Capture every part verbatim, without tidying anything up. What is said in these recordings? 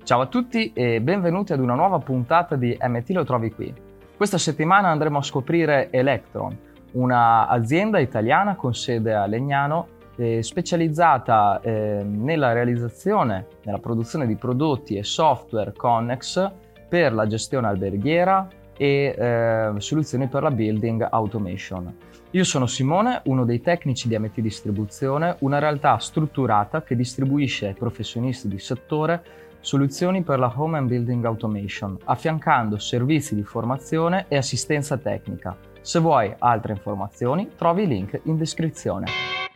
Ciao a tutti e benvenuti ad una nuova puntata di M T Lo trovi qui. Questa settimana andremo a scoprire Electron, un'azienda italiana con sede a Legnano eh, specializzata eh, nella realizzazione, nella produzione di prodotti e software connex per la gestione alberghiera e eh, soluzioni per la building automation. Io sono Simone, uno dei tecnici di M T Distribuzione, una realtà strutturata che distribuisce ai professionisti di settore soluzioni per la home and building automation, affiancando servizi di formazione e assistenza tecnica. Se vuoi altre informazioni, trovi i link in descrizione.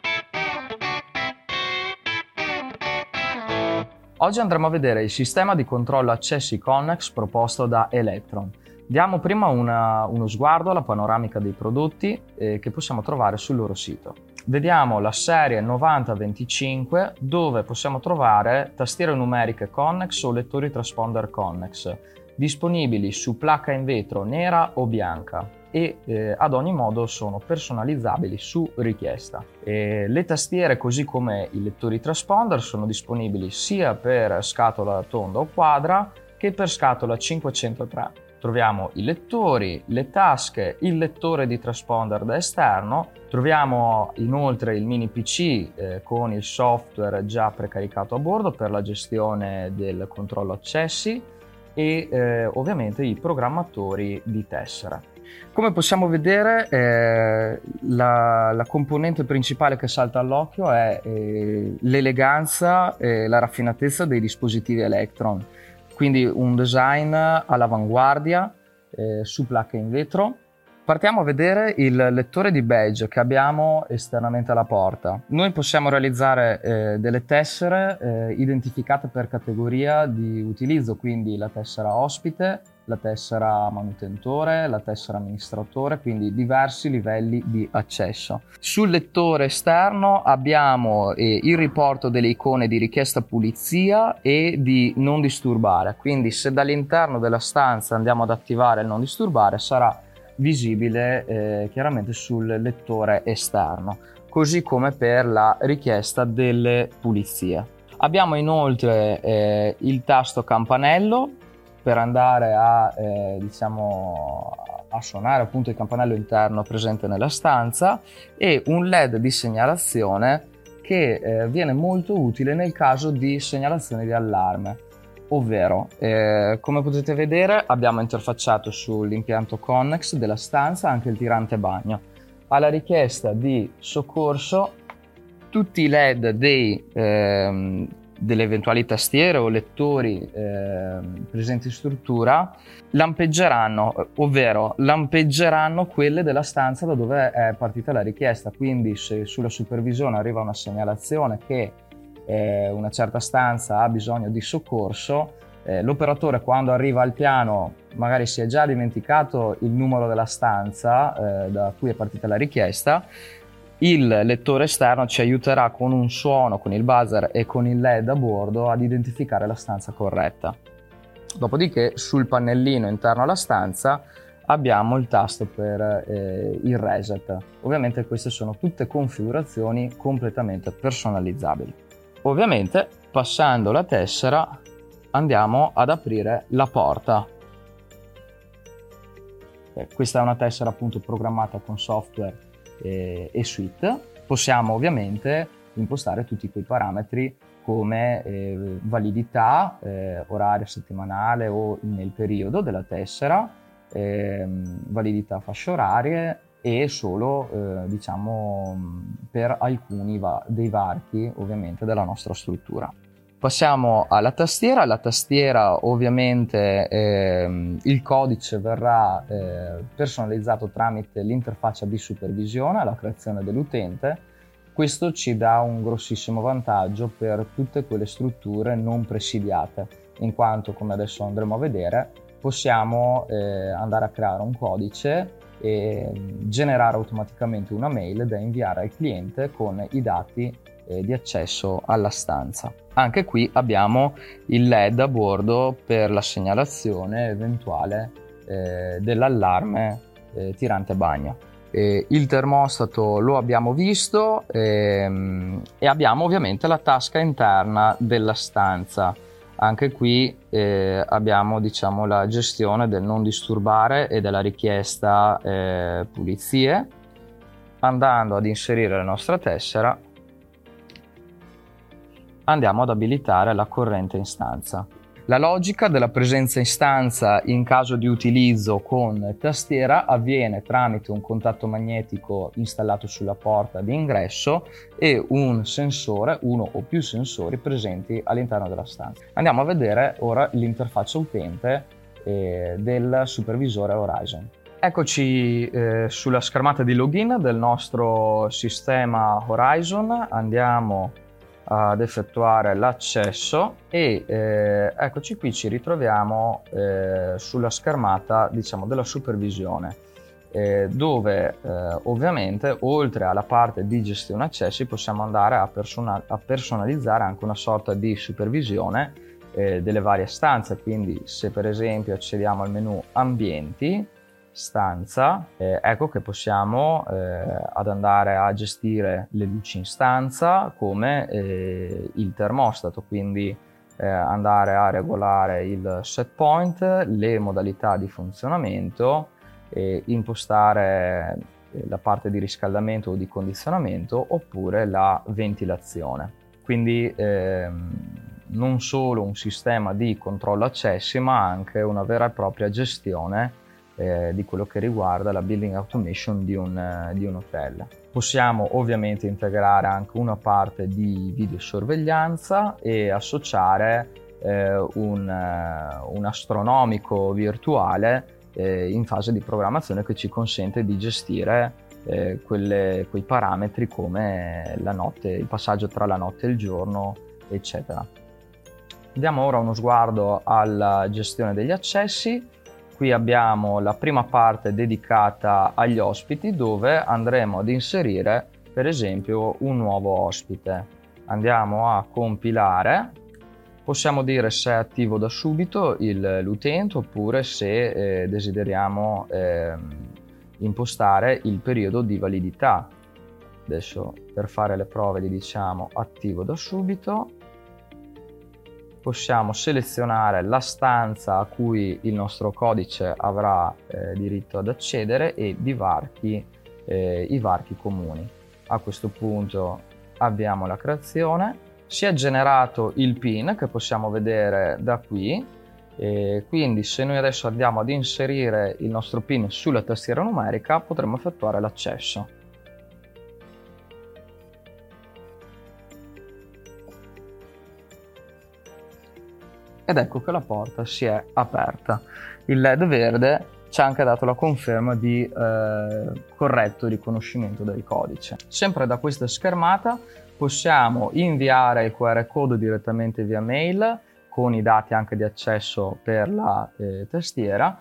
Oggi andremo a vedere il sistema di controllo accessi Connex proposto da Electron. Diamo prima una, uno sguardo alla panoramica dei prodotti eh, che possiamo trovare sul loro sito. Vediamo la serie novanta venticinque, dove possiamo trovare tastiere numeriche Connex o lettori transponder Connex, disponibili su placca in vetro nera o bianca e eh, ad ogni modo sono personalizzabili su richiesta. E le tastiere, così come i lettori transponder, sono disponibili sia per scatola tonda o quadra che per scatola cinquecentotré. Troviamo i lettori, le tasche, il lettore di transponder da esterno, troviamo inoltre il mini P C eh, con il software già precaricato a bordo per la gestione del controllo accessi e eh, ovviamente i programmatori di tessere. Come possiamo vedere eh, la, la componente principale che salta all'occhio è eh, l'eleganza e la raffinatezza dei dispositivi Electron. Quindi un design all'avanguardia eh, su placche in vetro. Partiamo a vedere il lettore di badge che abbiamo esternamente alla porta. Noi possiamo realizzare eh, delle tessere eh, identificate per categoria di utilizzo, quindi la tessera ospite, la tessera manutentore, la tessera amministratore, quindi diversi livelli di accesso. Sul lettore esterno abbiamo eh, il riporto delle icone di richiesta pulizia e di non disturbare, quindi se dall'interno della stanza andiamo ad attivare il non disturbare sarà visibile eh, chiaramente sul lettore esterno, così come per la richiesta delle pulizie. Abbiamo inoltre eh, il tasto campanello per andare a eh, diciamo a suonare appunto il campanello interno presente nella stanza e un L E D di segnalazione che eh, viene molto utile nel caso di segnalazione di allarme, ovvero eh, come potete vedere abbiamo interfacciato sull'impianto Connex della stanza anche il tirante bagno. Alla richiesta di soccorso tutti i L E D dei ehm, delle eventuali tastiere o lettori eh, presenti in struttura lampeggeranno, ovvero lampeggeranno quelle della stanza da dove è partita la richiesta. Quindi se sulla supervisione arriva una segnalazione che eh, una certa stanza ha bisogno di soccorso, eh, l'operatore quando arriva al piano magari si è già dimenticato il numero della stanza eh, da cui è partita la richiesta. Il lettore esterno ci aiuterà con un suono, con il buzzer e con il L E D a bordo ad identificare la stanza corretta. Dopodiché sul pannellino interno alla stanza abbiamo il tasto per eh, il reset. Ovviamente queste sono tutte configurazioni completamente personalizzabili. Ovviamente passando la tessera andiamo ad aprire la porta. Eh, questa è una tessera appunto programmata con software e suite. Possiamo ovviamente impostare tutti quei parametri come eh, validità, eh, orario settimanale o nel periodo della tessera, eh, validità fasce orarie e solo eh, diciamo per alcuni va- dei varchi ovviamente della nostra struttura. Passiamo alla tastiera. La tastiera ovviamente ehm, il codice verrà eh, personalizzato tramite l'interfaccia di supervisione alla creazione dell'utente. Questo ci dà un grossissimo vantaggio per tutte quelle strutture non presidiate, in quanto, come adesso andremo a vedere, possiamo eh, andare a creare un codice e generare automaticamente una mail da inviare al cliente con i dati eh, di accesso alla stanza. Anche qui abbiamo il L E D a bordo per la segnalazione eventuale eh, dell'allarme eh, tirante bagno. Eh, il termostato lo abbiamo visto ehm, e abbiamo ovviamente la tasca interna della stanza. Anche qui eh, abbiamo, diciamo, la gestione del non disturbare e della richiesta eh, pulizie. Andando ad inserire la nostra tessera, andiamo ad abilitare la corrente in stanza. La logica della presenza in stanza in caso di utilizzo con tastiera avviene tramite un contatto magnetico installato sulla porta di ingresso e un sensore, uno o più sensori presenti all'interno della stanza. Andiamo a vedere ora l'interfaccia utente eh, del supervisore Horizon. Eccoci eh, sulla schermata di login del nostro sistema Horizon. Andiamo ad effettuare l'accesso e eh, eccoci qui, ci ritroviamo eh, sulla schermata, diciamo, della supervisione, eh, dove eh, ovviamente oltre alla parte di gestione accessi possiamo andare a, persona- a personalizzare anche una sorta di supervisione eh, delle varie stanze. Quindi se per esempio accediamo al menu ambienti, stanza, eh, ecco che possiamo eh, ad andare a gestire le luci in stanza, come eh, il termostato, quindi eh, andare a regolare il set point, le modalità di funzionamento, eh, impostare la parte di riscaldamento o di condizionamento, oppure la ventilazione. Quindi ehm, non solo un sistema di controllo accessi, ma anche una vera e propria gestione Eh, di quello che riguarda la building automation di un, eh, di un hotel. Possiamo ovviamente integrare anche una parte di videosorveglianza e associare eh, un, eh, un astronomico virtuale eh, in fase di programmazione che ci consente di gestire eh, quelle, quei parametri come la notte, il passaggio tra la notte e il giorno, eccetera. Diamo ora uno sguardo alla gestione degli accessi. Qui abbiamo la prima parte dedicata agli ospiti, dove andremo ad inserire per esempio un nuovo ospite. Andiamo a compilare, possiamo dire se è attivo da subito il, l'utente, oppure se eh, desideriamo eh, impostare il periodo di validità. Adesso per fare le prove gli diciamo attivo da subito. Possiamo selezionare la stanza a cui il nostro codice avrà eh, diritto ad accedere e i varchi, eh, i varchi comuni. A questo punto abbiamo la creazione, si è generato il PIN che possiamo vedere da qui, e quindi se noi adesso andiamo ad inserire il nostro PIN sulla tastiera numerica potremo effettuare l'accesso. Ed ecco che la porta si è aperta. Il led verde ci ha anche dato la conferma di eh, corretto riconoscimento del codice. Sempre da questa schermata possiamo inviare il Q R code direttamente via mail con i dati anche di accesso per la eh, tastiera,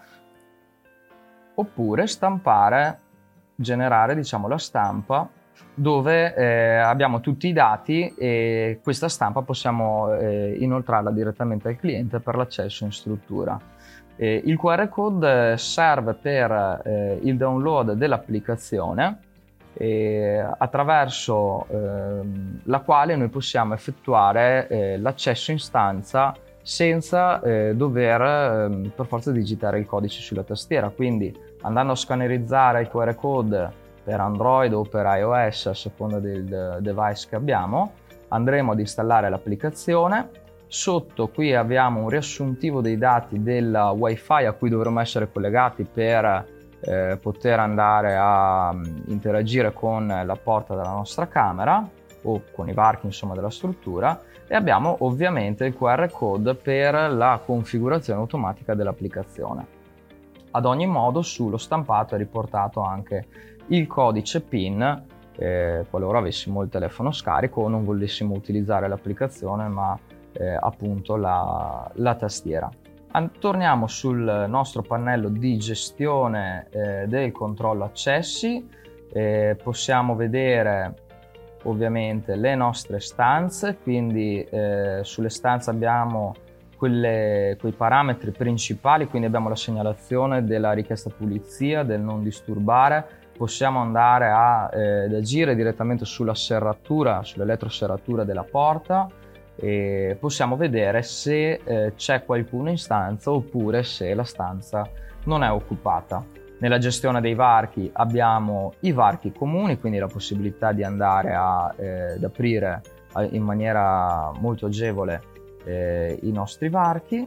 oppure stampare, generare, diciamo, la stampa dove eh, abbiamo tutti i dati, e questa stampa possiamo eh, inoltrarla direttamente al cliente per l'accesso in struttura. Eh, il Q R code serve per eh, il download dell'applicazione, eh, attraverso eh, la quale noi possiamo effettuare eh, l'accesso in stanza senza eh, dover eh, per forza digitare il codice sulla tastiera. Quindi andando a scannerizzare il Q R code per Android o per iOS, a seconda del device che abbiamo, andremo ad installare l'applicazione. Sotto qui abbiamo un riassuntivo dei dati del wifi a cui dovremo essere collegati per eh, poter andare a um, interagire con la porta della nostra camera o con i varchi, insomma, della struttura, e abbiamo ovviamente il Q R code per la configurazione automatica dell'applicazione. Ad ogni modo sullo stampato è riportato anche il codice PIN eh, qualora avessimo il telefono scarico o non volessimo utilizzare l'applicazione ma eh, appunto la, la tastiera. An- torniamo sul nostro pannello di gestione eh, del controllo accessi. Eh, possiamo vedere ovviamente le nostre stanze, quindi eh, sulle stanze abbiamo Quelle, quei parametri principali, quindi abbiamo la segnalazione della richiesta pulizia, del non disturbare. Possiamo andare a, eh, ad agire direttamente sulla serratura, sull'elettroserratura della porta, e possiamo vedere se eh, c'è qualcuno in stanza oppure se la stanza non è occupata. Nella gestione dei varchi abbiamo i varchi comuni, quindi la possibilità di andare a, eh, ad aprire in maniera molto agevole eh, i nostri varchi,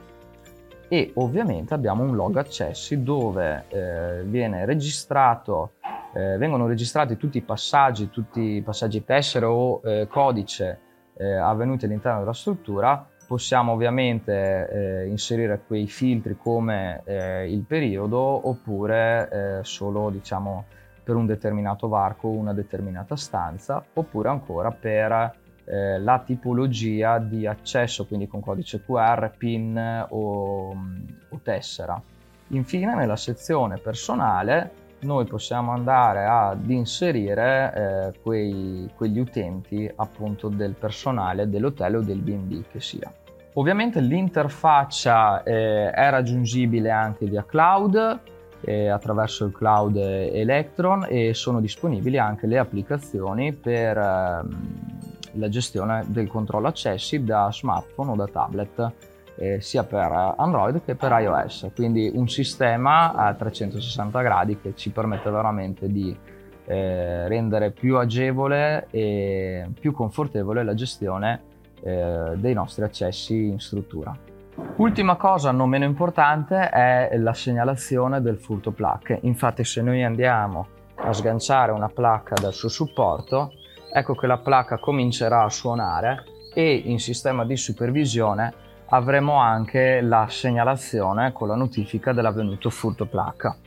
e ovviamente abbiamo un log accessi dove eh, viene registrato, eh, vengono registrati tutti i passaggi, tutti i passaggi tessere o eh, codice eh, avvenuti all'interno della struttura. Possiamo ovviamente eh, inserire quei filtri come eh, il periodo, oppure eh, solo, diciamo, per un determinato varco, una determinata stanza, oppure ancora per eh, la tipologia di accesso, quindi con codice Q R, PIN o, o tessera. Infine, nella sezione personale noi possiamo andare ad inserire eh, quei, quegli utenti appunto del personale dell'hotel o del B and B che sia. Ovviamente l'interfaccia eh, è raggiungibile anche via cloud, eh, attraverso il cloud Electron, e sono disponibili anche le applicazioni per eh, la gestione del controllo accessi da smartphone o da tablet, eh, sia per Android che per iOS, quindi un sistema a trecentosessanta gradi che ci permette veramente di eh, rendere più agevole e più confortevole la gestione eh, dei nostri accessi in struttura. Ultima cosa non meno importante è la segnalazione del furto placche. Infatti, se noi andiamo a sganciare una placca dal suo supporto, ecco che la placca comincerà a suonare, e in sistema di supervisione avremo anche la segnalazione con la notifica dell'avvenuto furto placca.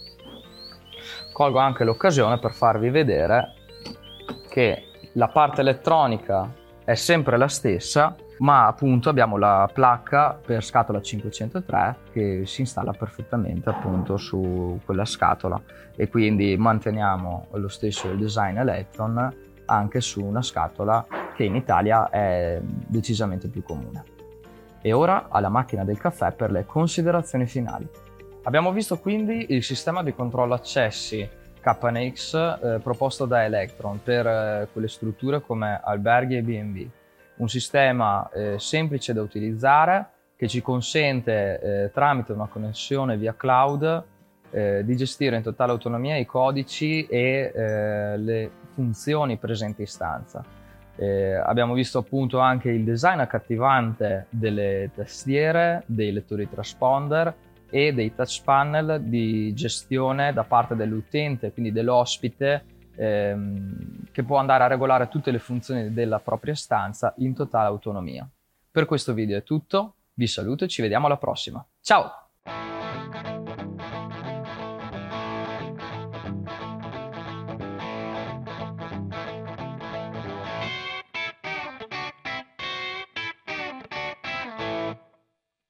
Colgo anche l'occasione per farvi vedere che la parte elettronica è sempre la stessa, ma appunto abbiamo la placca per scatola cinquecentotre che si installa perfettamente appunto su quella scatola, e quindi manteniamo lo stesso design Electron anche su una scatola che in Italia è decisamente più comune. E ora alla macchina del caffè per le considerazioni finali. Abbiamo visto quindi il sistema di controllo accessi K N X eh, proposto da Electron per eh, quelle strutture come alberghi e B and B. Un sistema eh, semplice da utilizzare, che ci consente eh, tramite una connessione via cloud eh, di gestire in totale autonomia i codici e eh, le funzioni presenti in stanza. Eh, abbiamo visto appunto anche il design accattivante delle tastiere, dei lettori transponder e dei touch panel di gestione da parte dell'utente, quindi dell'ospite, ehm, che può andare a regolare tutte le funzioni della propria stanza in totale autonomia. Per questo video è tutto, vi saluto e ci vediamo alla prossima. Ciao!